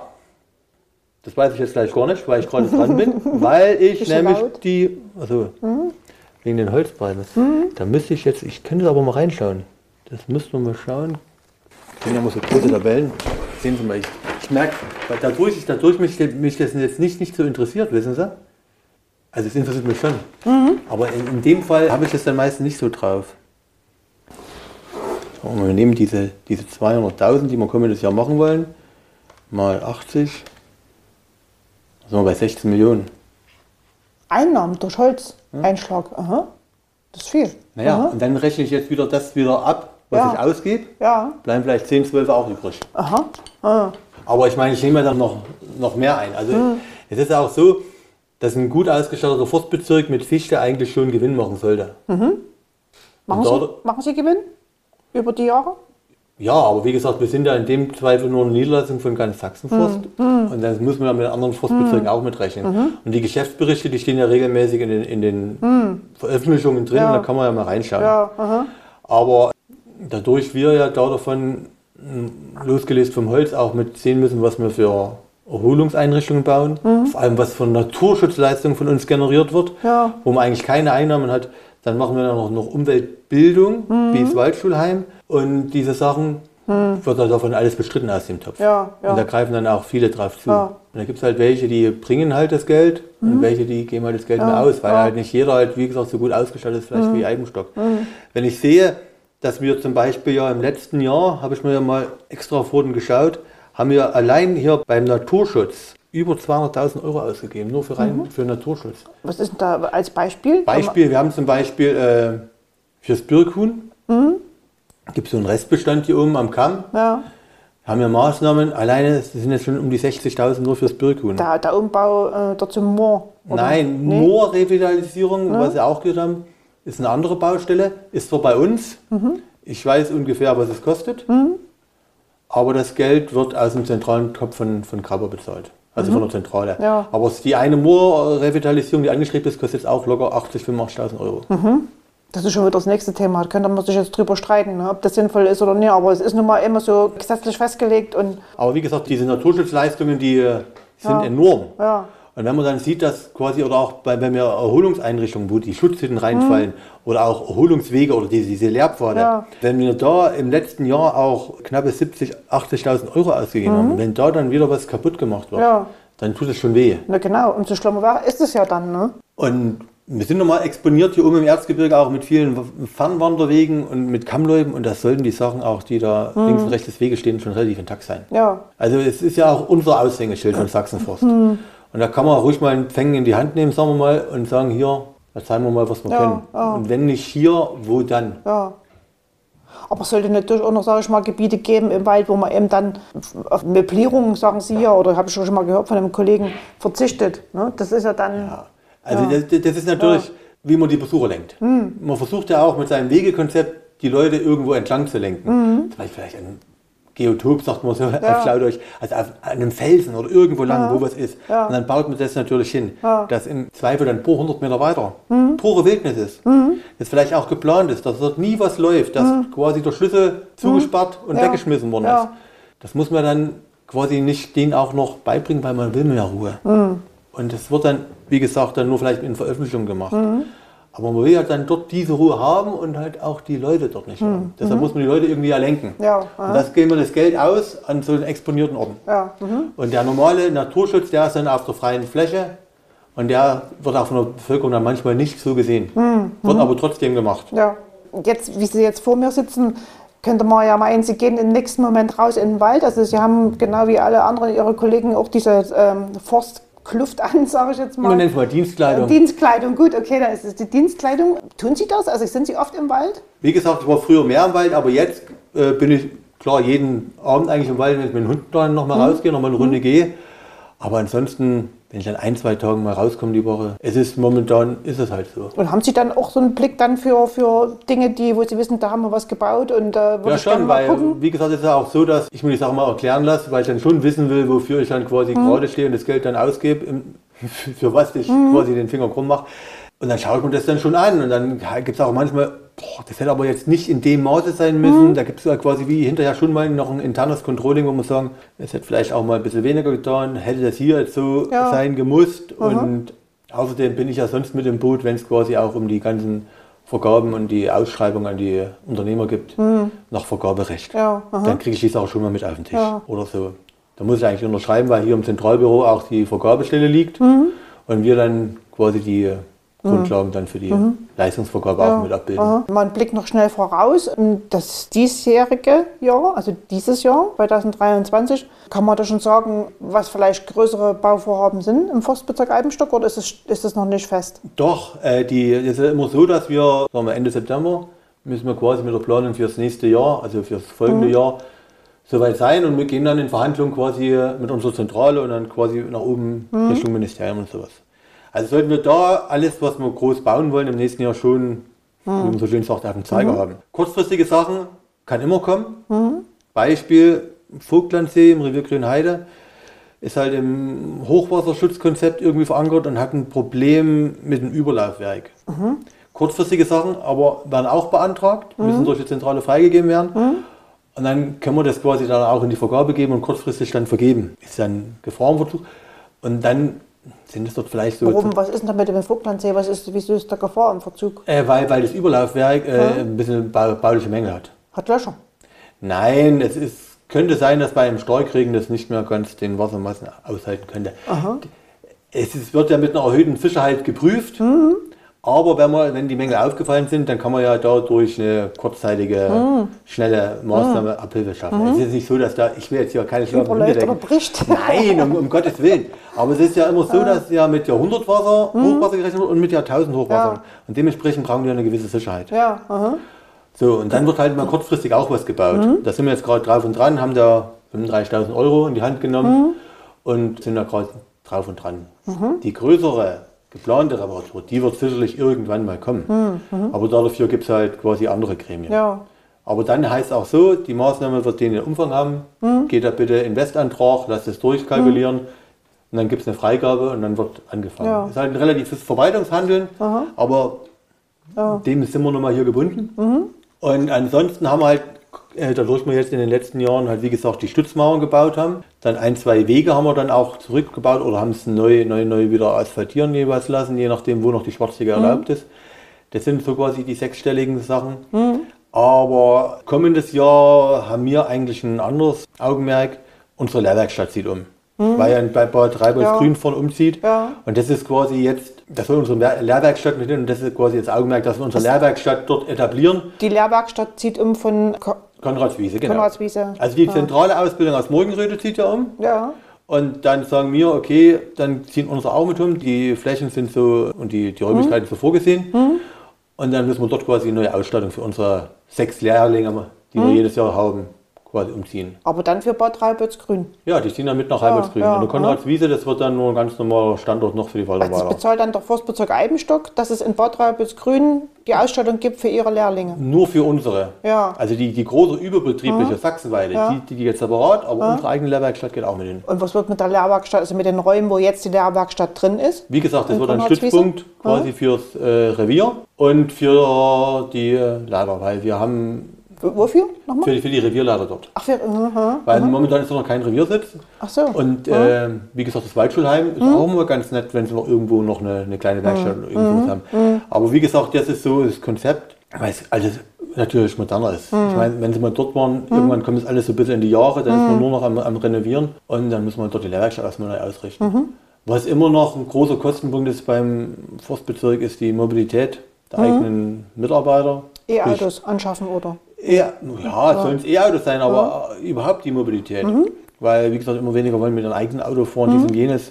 Das weiß ich jetzt gleich gar nicht, weil ich gerade dran bin, weil ich Bisschen nämlich laut. die, also mhm. wegen den Holzpreisen, mhm. da müsste ich jetzt, ich könnte aber mal reinschauen. Das müssten wir mal schauen. Das sind ja immer so große Tabellen. Sehen Sie mal, ich, ich merke, weil dadurch, dadurch mich, mich das jetzt nicht, nicht so interessiert, wissen Sie? Also es interessiert mich schon. Mhm. Aber in, in dem Fall habe ich das dann meistens nicht so drauf. So, wir nehmen diese, diese zweihunderttausend, die wir kommendes Jahr machen wollen, mal achtzig. Da sind wir bei sechzehn Millionen. Einnahmen durch Holzeinschlag, hm? Aha. Das ist viel. Naja, Aha. und dann rechne ich jetzt wieder das wieder ab, was ja. ich ausgebe. Ja. Bleiben vielleicht zehn, zwölf auch übrig. Aha. Aha. Aber ich meine, ich nehme ja dann noch, noch mehr ein. Also hm. es ist auch so, dass ein gut ausgestatteter Forstbezirk mit Fichte eigentlich schon Gewinn machen sollte. Mhm. Machen, Sie, machen Sie Gewinn über die Jahre? Ja, aber wie gesagt, wir sind ja in dem Zweifel nur eine Niederlassung von ganz Sachsenforst. Mhm. Und dann muss man ja mit anderen Forstbezirken mhm. auch mitrechnen. Mhm. Und die Geschäftsberichte, die stehen ja regelmäßig in den, in den mhm. Veröffentlichungen drin, ja. Da kann man ja mal reinschauen. Ja. Aber dadurch wir ja da davon, losgelöst vom Holz, auch mit sehen müssen, was wir für Erholungseinrichtungen bauen, mhm. vor allem was von Naturschutzleistungen von uns generiert wird, ja. wo man eigentlich keine Einnahmen hat, Dann machen wir dann noch, noch Umweltbildung, mhm. wie das Waldschulheim. Und diese Sachen mhm. wird dann davon alles bestritten aus dem Topf. Ja, ja. Und da greifen dann auch viele drauf zu. Ja. Und da gibt es halt welche, die bringen halt das Geld mhm. und welche, die geben halt das Geld ja. mehr aus, weil ja. halt nicht jeder halt, wie gesagt, so gut ausgestattet ist vielleicht mhm. wie Eibenstock. Mhm. Wenn ich sehe, dass wir zum Beispiel ja im letzten Jahr, habe ich mir ja mal extra vorhin geschaut, haben wir allein hier beim Naturschutz über zweihunderttausend Euro ausgegeben, nur für, rein, mhm. für Naturschutz. Was ist denn da als Beispiel? Beispiel, wir haben zum Beispiel äh, fürs Birkhuhn, mhm. gibt es so einen Restbestand hier oben am Kamm. Ja. Haben wir Maßnahmen, alleine das sind jetzt schon um die sechzigtausend nur fürs Birkhuhn. Der, der Umbau äh, dort zum Moor? Oder? Nein, nee? Moorrevitalisierung, ja. was sie auch gehört haben, ist eine andere Baustelle, ist zwar bei uns, mhm. ich weiß ungefähr, was es kostet, mhm. aber das Geld wird aus dem zentralen Topf von, von Krabber bezahlt, also mhm. von der Zentrale. Ja. Aber die eine Moorrevitalisierung, die angeschrieben ist, kostet jetzt auch locker achtzigtausend, fünfundachtzigtausend Euro. Mhm. Das ist schon wieder das nächste Thema, da könnte man sich jetzt drüber streiten, ne, ob das sinnvoll ist oder nicht, aber es ist nun mal immer so gesetzlich festgelegt. Und aber wie gesagt, diese Naturschutzleistungen, die sind ja. enorm. Ja. Und wenn man dann sieht, dass quasi, oder auch bei, bei mir Erholungseinrichtungen, wo die Schutzhütten reinfallen, mhm. oder auch Erholungswege oder diese, diese Lehrpfade, ja. wenn wir da im letzten Jahr auch knappe siebzigtausend, achtzigtausend Euro ausgegeben mhm. haben, wenn da dann wieder was kaputt gemacht wird, ja. dann tut es schon weh. Na genau, und so schlimmer ist es ja dann. Ne? Und wir sind nochmal exponiert hier oben im Erzgebirge auch mit vielen Fernwanderwegen und mit Kammläufen und das sollten die Sachen auch, die da mhm. links und rechts des Weges stehen, schon relativ intakt sein. Ja. Also es ist ja auch unser Aushängeschild von Sachsenforst. Mhm. Und da kann man ruhig mal einen Pfennig in die Hand nehmen, sagen wir mal, und sagen, hier, da zeigen wir mal, was wir ja, können. Ja. Und wenn nicht hier, wo dann? Ja. Aber es sollte natürlich auch noch, sage ich mal, Gebiete geben im Wald, wo man eben dann auf Möblierung, sagen Sie ja, oder habe ich schon mal gehört von einem Kollegen, verzichtet. Ne? Das ist ja dann... Ja. Also ja. das, das ist natürlich, ja. wie man die Besucher lenkt. Mhm. Man versucht ja auch mit seinem Wegekonzept, die Leute irgendwo entlang zu lenken. Mhm. Zum Beispiel vielleicht ein Geotop, sagt man so, ja. auf Schlaudeutsch, also auf einem Felsen oder irgendwo lang, ja. wo was ist. Ja. Und dann baut man das natürlich hin, ja. dass im Zweifel dann pro hundert Meter weiter mhm. pure Wildnis ist. Mhm. Das vielleicht auch geplant ist, dass dort nie was läuft, dass mhm. quasi der Schlüssel zugesperrt mhm. und ja. weggeschmissen worden ja. ist. Das muss man dann quasi nicht denen auch noch beibringen, weil man will mehr Ruhe. Mhm. Und das wird dann, wie gesagt, dann nur vielleicht in Veröffentlichungen gemacht. Mhm. Aber man will ja dann dort diese Ruhe haben und halt auch die Leute dort nicht mhm. haben. Deshalb mhm. muss man die Leute irgendwie ja lenken. Ja, und das geben wir das Geld aus an so einen exponierten Orten. Ja, mhm. Und der normale Naturschutz, der ist dann auf der freien Fläche und der wird auch von der Bevölkerung dann manchmal nicht so gesehen. Mhm. Wird aber trotzdem gemacht. Ja. Jetzt, wie Sie jetzt vor mir sitzen, könnte man ja meinen, Sie gehen im nächsten Moment raus in den Wald. Also Sie haben genau wie alle anderen Ihre Kollegen auch diese ähm, Forst Kluft an, sage ich jetzt mal. Man nennt es mal Dienstkleidung. Dienstkleidung, gut, okay, dann ist es die Dienstkleidung. Tun Sie das? Also sind Sie oft im Wald? Wie gesagt, ich war früher mehr im Wald, aber jetzt äh, bin ich klar jeden Abend eigentlich im Wald, wenn ich mit den Hunden dann noch mal mhm. rausgehe, noch mal eine Runde mhm. gehe. Aber ansonsten, wenn ich dann ein, zwei Tage mal rauskomme die Woche, es ist momentan, ist es halt so. Und haben Sie dann auch so einen Blick dann für, für Dinge, die, wo Sie wissen, da haben wir was gebaut und äh, ja, schon, weil, gucken? Wie gesagt, es ist ja auch so, dass ich mir die Sache mal erklären lasse, weil ich dann schon wissen will, wofür ich dann quasi mhm. gerade stehe und das Geld dann ausgebe, im, für was ich mhm. quasi den Finger krumm mache. Und dann schaue ich mir das dann schon an und dann gibt es auch manchmal, boah, das hätte aber jetzt nicht in dem Maße sein müssen. Mhm. Da gibt es ja quasi wie hinterher schon mal noch ein internes Controlling, wo man sagen, es hätte vielleicht auch mal ein bisschen weniger getan, hätte das hier jetzt so ja. sein gemusst. Mhm. Und außerdem bin ich ja sonst mit im Boot, wenn es quasi auch um die ganzen Vergaben und die Ausschreibung an die Unternehmer gibt, mhm. nach Vergaberecht. Ja. Dann kriege ich die Sache schon mal mit auf den Tisch ja. oder so. Da muss ich eigentlich unterschreiben, weil hier im Zentralbüro auch die Vergabestelle liegt mhm. und wir dann quasi die Grundlagen dann für die mhm. Leistungsvergabe ja. auch mit abbilden. Aha. Mal einen Blick noch schnell voraus. Das diesjährige Jahr, also dieses Jahr, zweitausenddreiundzwanzig, kann man da schon sagen, was vielleicht größere Bauvorhaben sind im Forstbezirk Eibenstock oder ist es, ist es noch nicht fest? Doch, äh, die, es ist immer so, dass wir, sagen wir Ende September, müssen wir quasi mit der Planung für das nächste Jahr, also für das folgende mhm. Jahr, soweit sein und wir gehen dann in Verhandlungen quasi mit unserer Zentrale und dann quasi nach oben mhm. Richtung Ministerium und sowas. Also sollten wir da alles, was wir groß bauen wollen, im nächsten Jahr schon, mhm. wie man so schön sagt, auf dem Zeiger mhm. haben. Kurzfristige Sachen kann immer kommen. Mhm. Beispiel Vogtlandsee im Revier Grünheide ist halt im Hochwasserschutzkonzept irgendwie verankert und hat ein Problem mit dem Überlaufwerk. Mhm. Kurzfristige Sachen aber werden auch beantragt, müssen mhm. durch die Zentrale freigegeben werden. Mhm. Und dann können wir das quasi dann auch in die Vergabe geben und kurzfristig dann vergeben. Ist dann Gefahrenverzug. Und dann sind es dort vielleicht so... Warum? Was ist denn da mit dem Vogtlandsee? Was ist, wieso ist da Gefahr im Verzug? Äh, weil, weil das Überlaufwerk äh, Ja. ein bisschen bau, bauliche Mängel hat. Hat Löcher. Nein, es ist, könnte sein, dass bei einem Starkregen das nicht mehr ganz den Wassermassen aushalten könnte. Aha. Es ist, wird ja mit einer erhöhten Sicherheit geprüft, Mhm. aber wenn, man, wenn die Mängel aufgefallen sind, dann kann man ja dadurch eine kurzzeitige, Mhm. schnelle Maßnahme Abhilfe schaffen. Es ist nicht so, dass da, ich will jetzt hier keine schlafen Hunde Überläuft oder denken. bricht. Nein, um, um Gottes Willen. Aber es ist ja immer so, dass ja mit Jahrhundertwasser Hochwasser gerechnet wird und mit Jahrtausend Hochwasser. Ja. Und dementsprechend brauchen wir eine gewisse Sicherheit. Ja, aha. So, und dann wird halt mal kurzfristig auch was gebaut. Mhm. Da sind wir jetzt gerade drauf und dran, haben da fünfunddreißigtausend Euro in die Hand genommen Mhm. und sind da gerade drauf und dran. Die größere geplante Reparatur, die wird sicherlich irgendwann mal kommen. Aber dafür gibt es halt quasi andere Gremien. Mhm. Ja. Aber dann heißt auch so, die Maßnahme wird den Umfang haben, Mhm. geht da bitte Investantrag, lasst es durchkalkulieren und dann gibt es eine Freigabe und dann wird angefangen. Ja. Ist halt ein relatives Verwaltungshandeln, Aha. aber Ja. dem sind wir nochmal hier gebunden. Mhm. Und ansonsten haben wir halt, äh, dadurch wir jetzt in den letzten Jahren halt wie gesagt die Stützmauern gebaut haben, dann ein, zwei Wege haben wir dann auch zurückgebaut oder haben es neu, neu, neu wieder asphaltieren jeweils lassen, je nachdem wo noch die Schwarzwege erlaubt ist. Das sind so quasi die sechsstelligen Sachen. Aber kommendes Jahr haben wir eigentlich ein anderes Augenmerk. Unsere Lehrwerkstatt zieht um. Weil ja bei Bad Reiboldsgrün Ja. vorn umzieht. Ja. Und das ist quasi jetzt, das soll unsere Lehr- Lehrwerkstatt mit hin und das ist quasi das Augenmerk, dass wir unsere Lehrwerkstatt dort etablieren. Die Lehrwerkstatt zieht um von Ko Konradswiese, genau. Konradswiese. Also die Ja. zentrale Ausbildung aus Morgenröte zieht ja um. Ja. Und dann sagen wir, okay, dann ziehen unsere auch mit um. Die Flächen sind so und die, die Räumlichkeiten so vorgesehen. Und dann müssen wir dort quasi eine neue Ausstattung für unsere sechs Lehrlinge, die wir jedes Jahr haben, quasi umziehen. Aber dann für Bad Reiboldsgrün. Ja, die ziehen dann mit nach Reiboldsgrün. ja, Und der Konradswiese, das wird dann nur ein ganz normaler Standort noch für die Also das Walderweiler. bezahlt dann der Forstbezirk Eibenstock, dass es in Bad Reiboldsgrün die Ausstattung gibt für ihre Lehrlinge. Nur für unsere. Ja. Also die, die große überbetriebliche Sachsenweide, Ja. die, die geht jetzt separat, aber unsere eigene Lehrwerkstatt geht auch mit hin. Und was wird mit der Lehrwerkstatt, also mit den Räumen, wo jetzt die Lehrwerkstatt drin ist? Wie gesagt, das In wird ein Konradswiese? Stützpunkt quasi fürs äh, Revier und für die äh, Leiter, weil wir haben W- Wofür? Nochmal? für die, für die Revierleiter dort. Ach, für, aha. Weil momentan ist noch kein Reviersitz. Ach so. Und äh, wie gesagt, das Waldschulheim ist auch immer ganz nett, wenn sie noch irgendwo noch eine, eine kleine Werkstatt oder irgendwas haben. Aber wie gesagt, das ist so das Konzept, weil es alles natürlich moderner ist. Ich meine, wenn sie mal dort waren, irgendwann kommt es alles so ein bisschen in die Jahre, dann ist man nur noch am, am Renovieren und dann muss man dort die Lehrwerkstatt erstmal neu ausrichten. Was immer noch ein großer Kostenpunkt ist beim Forstbezirk, ist die Mobilität der eigenen Mitarbeiter. E-Autos anschaffen oder? Ja, ja, es sollen es E-Autos sein, aber äh, überhaupt die Mobilität. Weil, wie gesagt, immer weniger wollen mit einem eigenen Auto fahren, dies und jenes.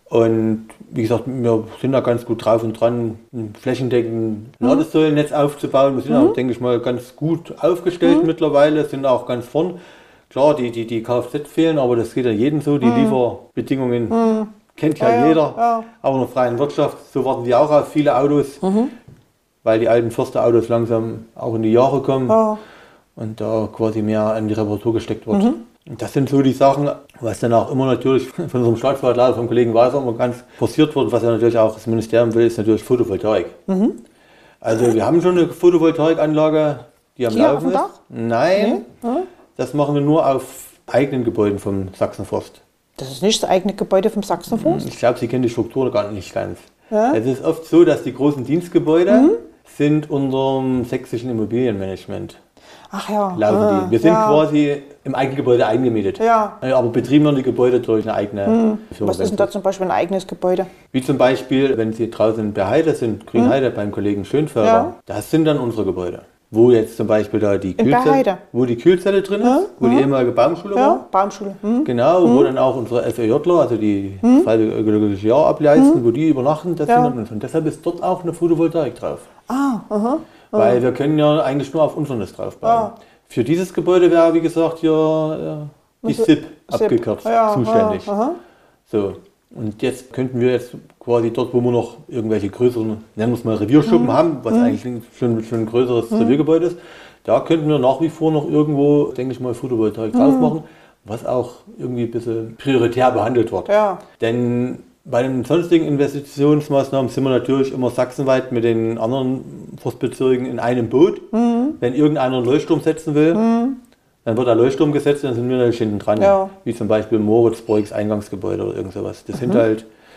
Und wie gesagt, wir sind da ganz gut drauf und dran, ein flächendeckend Ladesäulennetz aufzubauen. Wir sind auch, denke ich mal, ganz gut aufgestellt mittlerweile, sind auch ganz vorn. Klar, die, die, die Kfz fehlen, aber das geht ja jedem so. Die Lieferbedingungen kennt ja, Ja, ja, jeder. ja. Auch in der freien Wirtschaft, so warten die auch auf viele Autos, weil die alten Försterautos langsam auch in die Jahre kommen. Ja. Und da quasi mehr an die Reparatur gesteckt wird. Und das sind so die Sachen, was dann auch immer natürlich von unserem Staatsverwalter, vom Kollegen Weiser immer ganz forciert wird, was ja natürlich auch das Ministerium will, ist natürlich Photovoltaik. Also wir haben schon eine Photovoltaikanlage, die am Hier auf Laufen dem ist. Dach? Nein, das machen wir nur auf eigenen Gebäuden vom Sachsenforst. Das ist nicht das eigene Gebäude vom Sachsenforst? Ich glaube, Sie kennen die Struktur gar nicht ganz. Ja? Es ist oft so, dass die großen Dienstgebäude sind unter dem sächsischen Immobilienmanagement. Ach ja. Laufen ah, die. Wir sind ja. quasi im eigenen Gebäude eingemietet. Ja. Aber betrieben werden die Gebäude durch eine eigene Firma. Was ist denn da zum Beispiel ein eigenes Gebäude? Wie zum Beispiel, wenn Sie draußen bei Heide sind, Grünheide beim Kollegen Schönfelder, Ja. das sind dann unsere Gebäude. Wo jetzt zum Beispiel da die In Kühlzelle, Berheide? wo die Kühlzelle drin ist, wo die ehemalige Baumschule war. Ja, Baumschule. Hm. Genau, wo dann auch unsere FÖJler, also die freiwillige ökologische Jahr ableisten, wo die übernachten, das Ja. sind dann, und deshalb ist dort auch eine Photovoltaik drauf. Ah, aha. Weil wir können ja eigentlich nur auf unseren Nest draufbauen. Ah. Für dieses Gebäude wäre, wie gesagt, hier ja, die Also, S I P S I P. abgekürzt, Ja, zuständig. aha, aha. So, und jetzt könnten wir jetzt quasi dort, wo wir noch irgendwelche größeren, nennen wir es mal Revierschuppen haben, was eigentlich schon, schon ein größeres Reviergebäude ist, da könnten wir nach wie vor noch irgendwo, denke ich mal, Photovoltaik drauf machen, was auch irgendwie ein bisschen prioritär behandelt wird. Ja. Denn bei den sonstigen Investitionsmaßnahmen sind wir natürlich immer sachsenweit mit den anderen Forstbezirken in einem Boot. Wenn irgendeiner einen Leuchtturm setzen will, dann wird der Leuchtturm gesetzt, dann sind wir natürlich hinten dran. Ja. Wie zum Beispiel Moritzburgs Eingangsgebäude oder irgend sowas. Das sind halt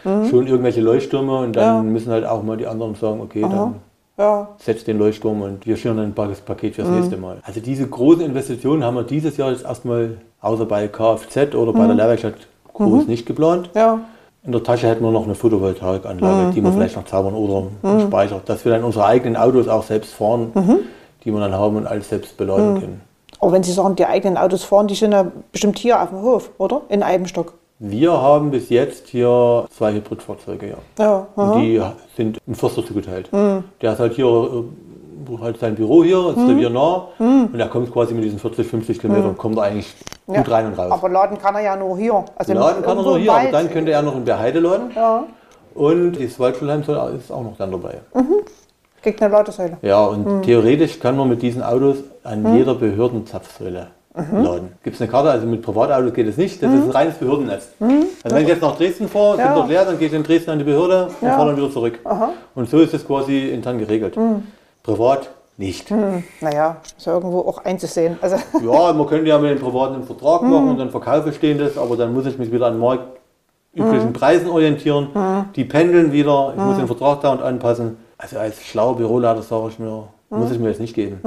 Mhm. schon irgendwelche Leuchttürme und dann Ja. müssen halt auch mal die anderen sagen, okay, Aha. dann Ja. setzt den Leuchtturm und wir schüren ein das Paket fürs nächste Mal. Also diese großen Investitionen haben wir dieses Jahr jetzt erstmal, außer bei Kfz oder bei der Lehrwerkstatt, groß nicht geplant. Ja. In der Tasche hätten wir noch eine Photovoltaikanlage, die wir vielleicht noch zaubern oder einen Speicher, dass wir dann unsere eigenen Autos auch selbst fahren, die wir dann haben und alles selbst beladen können. Aber wenn Sie sagen, die eigenen Autos fahren, die sind ja bestimmt hier auf dem Hof, oder? In Eibenstock. Wir haben bis jetzt hier zwei Hybridfahrzeuge, ja. Ja. Und die sind im Förster zugeteilt. Der ist halt hier, äh, halt sein Büro hier, ist reviernah und er kommt quasi mit diesen vierzig, fünfzig Kilometern, kommt er eigentlich gut Ja. rein und raus. Aber laden kann er ja nur hier. Also Laden kann er irgendwo nur im hier, aber Wald. dann könnte er noch in Berheide laden. Ja. Und das Waldschulheim soll- ist auch noch dann dabei. Kriegt eine Ladesäule. Ja, und theoretisch kann man mit diesen Autos an jeder Behördenzapfsäule laden. Gibt es eine Karte, also mit Privatautos geht es nicht, das ist ein reines Behördennetz. Also wenn ich jetzt nach Dresden fahre, Ja. bin dort leer, dann gehe ich in Dresden an die Behörde und Ja. fahre dann wieder zurück. Und so ist es quasi intern geregelt. Privat nicht. Hm. Naja, ist ja irgendwo auch einzusehen. Also, Ja, man könnte ja mit den Privaten einen Vertrag machen und dann verkaufe stehen das, aber dann muss ich mich wieder an marktüblichen Preisen orientieren. Die pendeln wieder, ich muss den Vertrag da und anpassen. Also als schlauer Büroleiter sage ich mir, muss ich mir jetzt nicht geben.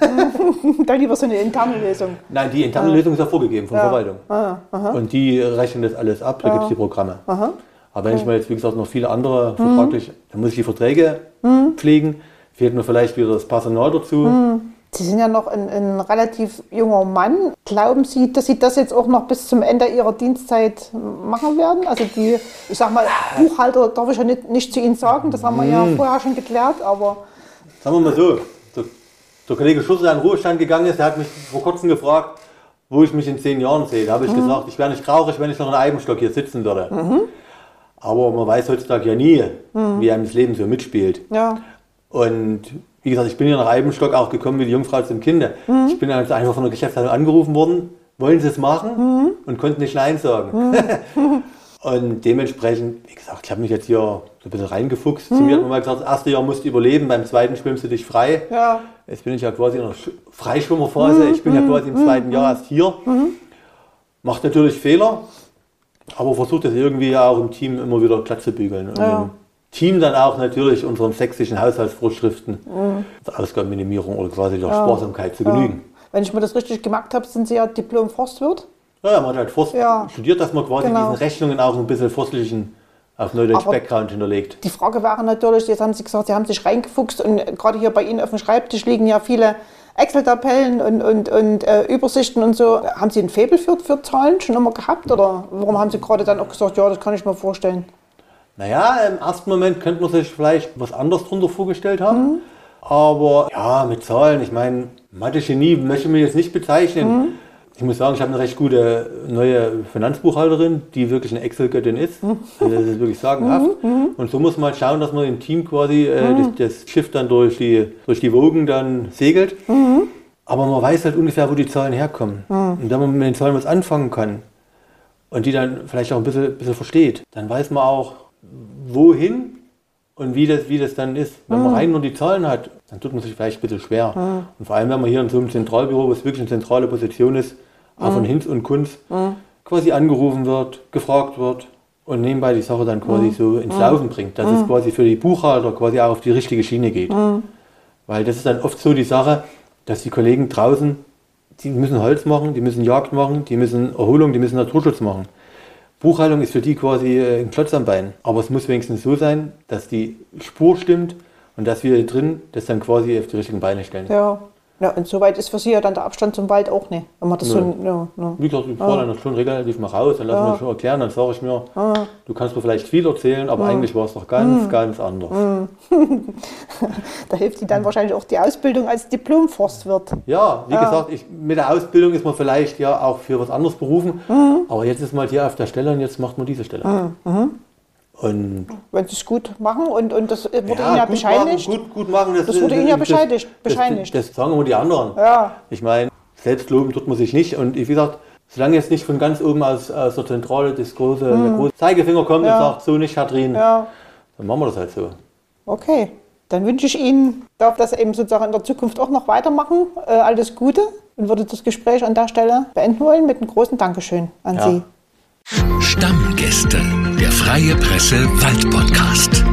dann lieber so eine interne Lösung. Nein, die interne Lösung ist ja vorgegeben von Ja. Verwaltung. Und die rechnen das alles ab, da gibt es die Programme. Aber wenn ich mir jetzt, wie gesagt, noch viele andere vertraglich, dann muss ich die Verträge pflegen, fehlt mir vielleicht wieder das Personal dazu. Sie sind ja noch ein, ein relativ junger Mann. Glauben Sie, dass Sie das jetzt auch noch bis zum Ende Ihrer Dienstzeit machen werden? Also die, ich sag mal, Buchhalter darf ich ja nicht, nicht zu Ihnen sagen, das haben wir ja vorher schon geklärt, aber Sagen wir mal so, der, der Kollege Schusser, der in den Ruhestand gegangen ist, der hat mich vor kurzem gefragt, wo ich mich in zehn Jahren sehe. Da habe ich gesagt, ich wäre nicht traurig, wenn ich noch in Eibenstock hier sitzen würde. Aber man weiß heutzutage ja nie, wie einem das Leben so mitspielt. ja. Und wie gesagt, ich bin hier nach Eibenstock auch gekommen wie die Jungfrau zum Kinde. Ich bin dann einfach von der Geschäftsleitung angerufen worden, wollen Sie es machen? Und konnten nicht Nein sagen. Und dementsprechend, wie gesagt, ich habe mich jetzt hier so ein bisschen reingefuchst. Zu mir hat man mal gesagt, das erste Jahr musst du überleben, beim zweiten schwimmst du dich frei. Ja. Jetzt bin ich ja quasi in der Sch- Freischwimmerphase. Ich bin ja quasi im zweiten Jahr erst hier. Macht natürlich Fehler, aber versucht das irgendwie ja auch im Team immer wieder glatt zu bügeln. Und Ja. im Team dann auch natürlich unseren sächsischen Haushaltsvorschriften zur Ausgabenminimierung oder quasi der Sparsamkeit zu genügen. Wenn ich mir das richtig gemerkt habe, sind Sie ja Diplom-Forstwirt. Ja, man hat halt Forst Ja. studiert, dass man quasi Genau. diesen Rechnungen auch ein bisschen forstlichen, auf Neudeutsch Aber- Background hinterlegt. Die Frage wäre natürlich, jetzt haben Sie gesagt, Sie haben sich reingefuchst und gerade hier bei Ihnen auf dem Schreibtisch liegen ja viele Excel-Tabellen und, und, und äh, Übersichten und so. Haben Sie ein Faible für, für Zahlen schon immer gehabt oder warum haben Sie gerade dann auch gesagt, ja, das kann ich mir vorstellen? Naja, im ersten Moment könnte man sich vielleicht was anderes drunter vorgestellt haben. Aber ja, mit Zahlen, ich meine, Mathe-Genie möchte ich mir jetzt nicht bezeichnen. Ich muss sagen, ich habe eine recht gute neue Finanzbuchhalterin, die wirklich eine Excel-Göttin ist. Also das ist wirklich sagenhaft. Und so muss man halt schauen, dass man im Team quasi äh, das, das Schiff dann durch die, durch die Wogen dann segelt. Aber man weiß halt ungefähr, wo die Zahlen herkommen. Und wenn man mit den Zahlen was anfangen kann und die dann vielleicht auch ein bisschen, bisschen versteht, dann weiß man auch, wohin und wie das, wie das dann ist. Wenn man rein nur die Zahlen hat, dann tut man sich vielleicht ein bisschen schwer. Und vor allem, wenn man hier in so einem Zentralbüro, was wirklich eine zentrale Position ist, auch von Hinz und Kunz, quasi angerufen wird, gefragt wird und nebenbei die Sache dann quasi so ins Laufen bringt, dass es quasi für die Buchhalter quasi auch auf die richtige Schiene geht. Weil das ist dann oft so die Sache, dass die Kollegen draußen, die müssen Holz machen, die müssen Jagd machen, die müssen Erholung, die müssen Naturschutz machen. Buchhaltung ist für die quasi ein Klotz am Bein. Aber es muss wenigstens so sein, dass die Spur stimmt und dass wir hier drin das dann quasi auf die richtigen Beine stellen. Ja. Ja, und soweit ist für Sie ja dann der Abstand zum Wald auch nicht. Wenn man das Nö. so, ja, ja. Wie gesagt, ich fahre dann schon relativ mal raus, dann lassen wir das schon erklären, dann sage ich mir, du kannst mir vielleicht viel erzählen, aber eigentlich war es doch ganz, ganz anders. Da hilft Ihnen dann wahrscheinlich auch die Ausbildung als Diplom-Forstwirt. Ja, wie gesagt, ich, mit der Ausbildung ist man vielleicht ja auch für was anderes berufen, aber jetzt ist man hier auf der Stelle und jetzt macht man diese Stelle. Und Wenn Sie es gut machen und, und das wurde ja, Ihnen ja gut bescheinigt. Machen, gut, gut machen, das, Das wurde äh, Ihnen ja das- bescheinigt- Das, bescheinigt. das, das sagen immer die anderen. Ja. Ich meine, selbst loben tut man sich nicht. Und wie gesagt, solange jetzt nicht von ganz oben aus, aus der Zentrale das große, der große Zeigefinger kommt Ja. und sagt, so nicht, Herr Drin, Ja, dann machen wir das halt so. okay. Dann wünsche ich Ihnen, darf das eben sozusagen in der Zukunft auch noch weitermachen. Äh, alles Gute und würde das Gespräch an der Stelle beenden wollen mit einem großen Dankeschön an Ja. Sie. Stammgäste, Der Freie Presse Wald Podcast.